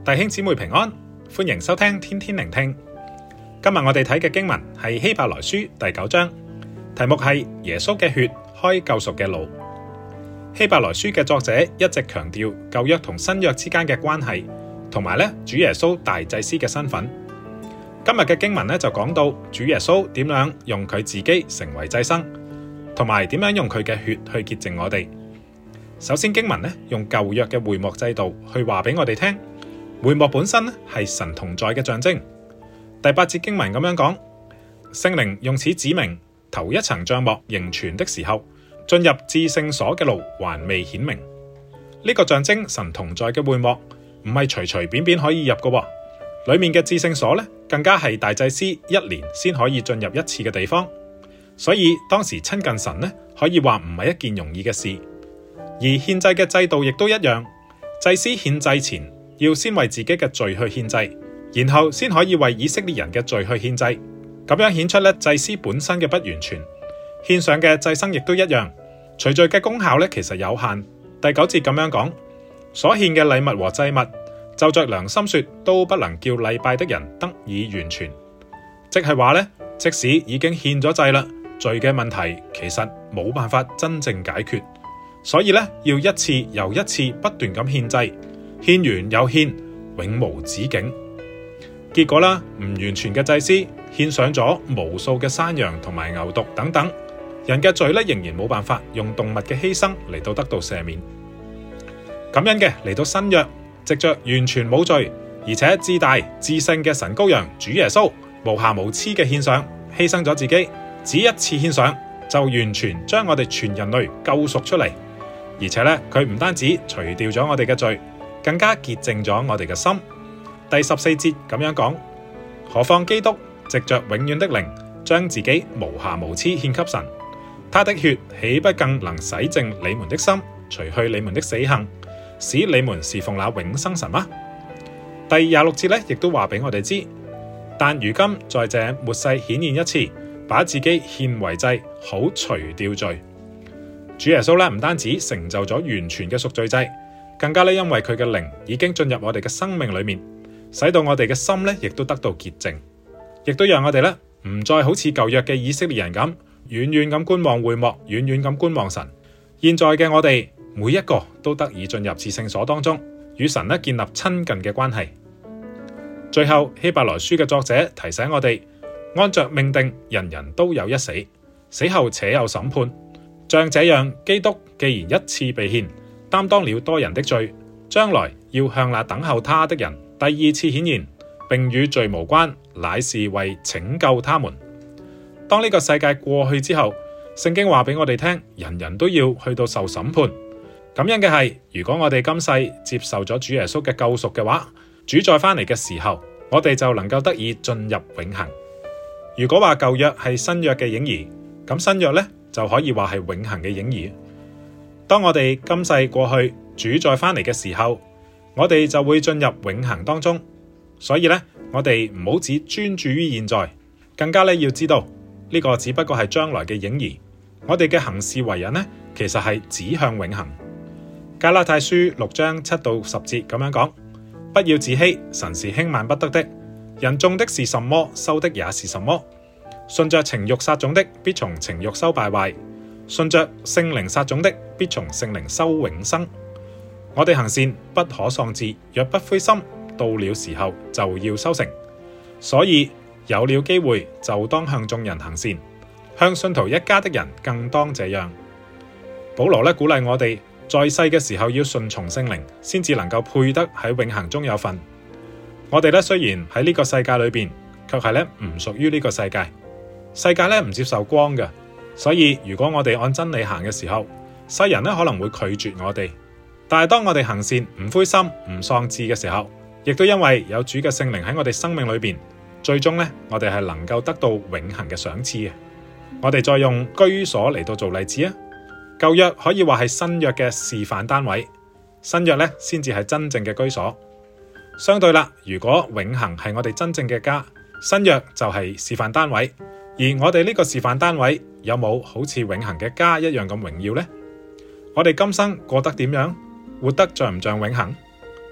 弟兄姊妹平安，歡迎收聽天天聆聽。今日我哋睇嘅經文係希伯來書第9章，題目係耶穌嘅血開救贖嘅路。希伯來書嘅作者一直強調舊約同新約之間嘅關係，同埋主耶穌大祭司嘅身份。今日嘅經文就講到主耶穌點樣用佢自己成為祭牲，同埋點樣用佢嘅血去潔淨我哋。首先經文用舊約嘅會幕制度去話俾我哋聽，會幕本身係神同在嘅象徵。第8節經文咁樣講，聖靈用此指明頭一層帳幕仍存的時候，進入至聖所嘅路還未顯明。呢個象徵神同在嘅會幕唔係隨隨便便可以入嘅，裏面嘅至聖所更加係大祭司1年先可以進入一次嘅地方。所以當時親近神可以話唔係一件容易嘅事。而獻祭嘅制度亦都一樣，祭司獻祭前要先為自己嘅罪去獻祭，然後先可以為以色列人嘅罪去獻祭，咁樣顯出祭司本身嘅不完全。獻上嘅祭牲亦都一樣，除罪嘅功效其實有限。第9節咁樣講，所獻嘅禮物和祭物，就着良心說，都不能叫禮拜的人得以完全。即係話即使已經獻咗祭啦，罪嘅問題其實冇辦法真正解決。所以要一次又一次不斷咁獻祭，獻完又獻，永無止境。結果唔完全嘅祭司獻上咗無數嘅山羊同埋牛犢等等，人嘅罪仍然冇辦法用動物嘅犧牲嚟到得到赦免。咁樣嘅嚟到新約，藉着完全冇罪而且至大至聖嘅神羔羊主耶穌無瑕無疵嘅獻上，犧牲咗自己，只一次獻上就完全將我哋全人類救贖出嚟。而且佢唔單止除掉咗我哋嘅罪，更加潔淨咗我哋嘅心。第14節咁樣講，何況基督藉着永遠的靈，將自己無瑕無疵獻給神，他的血豈不更能洗淨你們的心，除去你們的死行，使你們侍奉那永生神嗎？第26節亦都話俾我哋知，但如今在這末世顯現一次，把自己獻為祭，好除掉罪。主耶穌唔單止成就咗完全嘅贖罪祭，更加因為佢嘅靈已經進入我哋嘅生命裏面，使到我哋嘅心亦都得到潔淨，亦都讓我哋唔再好似舊約嘅以色列人咁遠遠咁觀望會幕，遠遠咁觀望神。現在嘅我哋每一個都得以進入至聖所當中，與神建立親近嘅關係。最後希伯來書嘅作者提醒我哋，按着命定，人人都有一死，死後且有審判。像這樣，基督既然一次被獻，擔當了多人的罪，將來要向那等候他的人第二次顯現，並與罪無關，乃是為拯救他們。當呢個世界過去之後，聖經話俾我哋聽，人人都要去到受審判。咁樣嘅係，如果我哋今世接受咗主耶穌嘅救贖嘅話，主再返嚟嘅時候，我哋就能夠得以進入永恆。如果話舊約係新約嘅影兒，咁新約就可以話係永恆嘅影兒。當我哋今世過去，主再返嚟嘅時候，我哋就會進入永恆當中。所以我哋唔好只專注於現在，更加要知道呢個只不過係將來嘅影兒。我哋嘅行事為人其實係指向永恆。加拉太書6章7到10節咁樣講，不要自欺，神是輕慢不得的。人種的是什麼，收的也是什麼。順着情欲撒種的，必從情欲收敗壞；順着聖靈撒種的，必從聖靈收永生。我哋行善不可喪志，若不灰心，到了時候就要收成。所以有了機會就當向眾人行善，向信徒一家的人更當這樣。保羅鼓勵我哋在世嘅時候要順從聖靈，先至能夠配得喺永恆中有份。我哋雖然喺呢個世界裏邊，卻係唔屬於呢個世界。世界唔接受光嘅，所以如果我哋按真理行嘅時候，世人可能會拒絕我哋。但係當我哋行善唔灰心唔喪志嘅時候，亦都因為有主嘅聖靈喺我哋生命裏邊，最終我哋係能夠得到永恆嘅賞賜嘅。我哋再用居所嚟到做例子啊，舊約可以話係新約嘅示範單位，新約先至係真正嘅居所。相對啦，如果永恆係我哋真正嘅家，新約就係示範單位。而我哋呢個示範單位有冇好似永恆嘅家一樣咁榮耀呢？我哋今生過得點樣？活得像唔像永恆？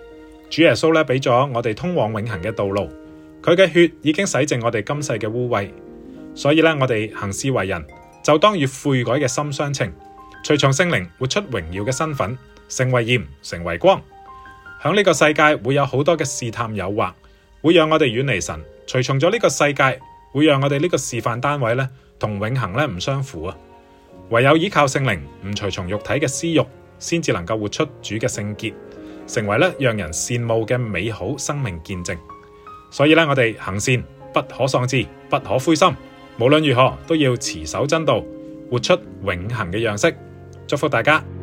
主耶穌咧俾咗我哋通往永恆嘅道路，佢嘅血已經洗淨我哋今世嘅污穢，所以咧我哋行事為人就當與悔改嘅心相稱，隨從聖靈活出榮耀嘅身份，成為鹽，成為光。響呢個世界會有好多嘅試探誘惑，會讓我哋遠離神，隨從咗呢個世界會讓我哋呢個示範單位咧同永恆咧唔相符啊！唯有依靠聖靈，唔隨從肉體嘅私慾，先至能夠活出主嘅聖潔，成為咧讓人羨慕嘅美好生命見證。所以咧，我哋行善不可喪志，不可灰心，無論如何都要持守真道，活出永恆嘅樣式。祝福大家！